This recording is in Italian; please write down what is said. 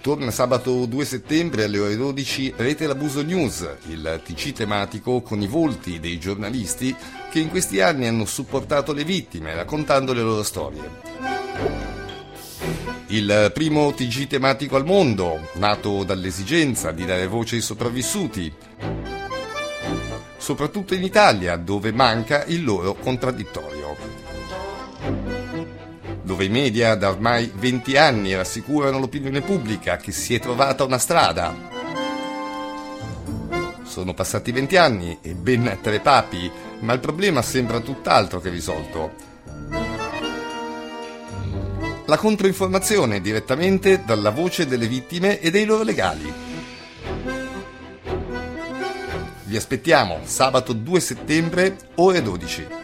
Torna sabato 2 settembre alle ore 12 Rete L'Abuso News, il TG tematico con i volti dei giornalisti che in questi anni hanno supportato le vittime raccontando le loro storie. Il primo TG tematico al mondo, nato dall'esigenza di dare voce ai sopravvissuti, soprattutto in Italia, dove manca il loro contraddittorio. Dove i media da ormai 20 anni rassicurano l'opinione pubblica che si è trovata una strada. Sono passati 20 anni e ben 3 papi, ma il problema sembra tutt'altro che risolto. La controinformazione direttamente dalla voce delle vittime e dei loro legali. Vi aspettiamo sabato 2 settembre, ore 12.